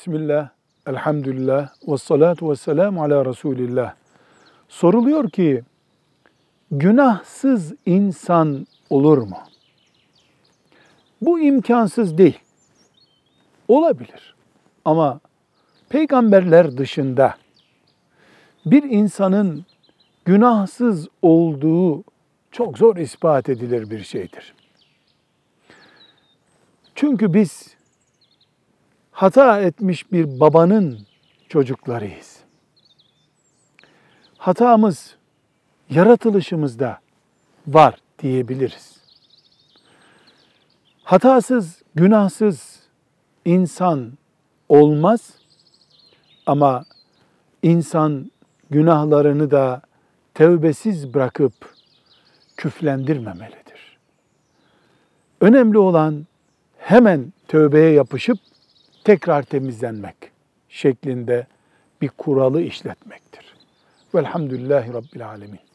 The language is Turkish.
Bismillah, elhamdülillah, ve salatu ve selamu ala Resulillah. Soruluyor ki, günahsız insan olur mu? Bu imkansız değil. Olabilir. Ama peygamberler dışında bir insanın günahsız olduğu çok zor ispat edilir bir şeydir. Çünkü biz hata etmiş bir babanın çocuklarıyız. Hatamız yaratılışımızda var diyebiliriz. Hatasız, günahsız insan olmaz ama insan günahlarını da tevbesiz bırakıp küflendirmemelidir. Önemli olan hemen tövbeye yapışıp tekrar temizlenmek şeklinde bir kuralı işletmektir. Velhamdülillahi Rabbil Alemin.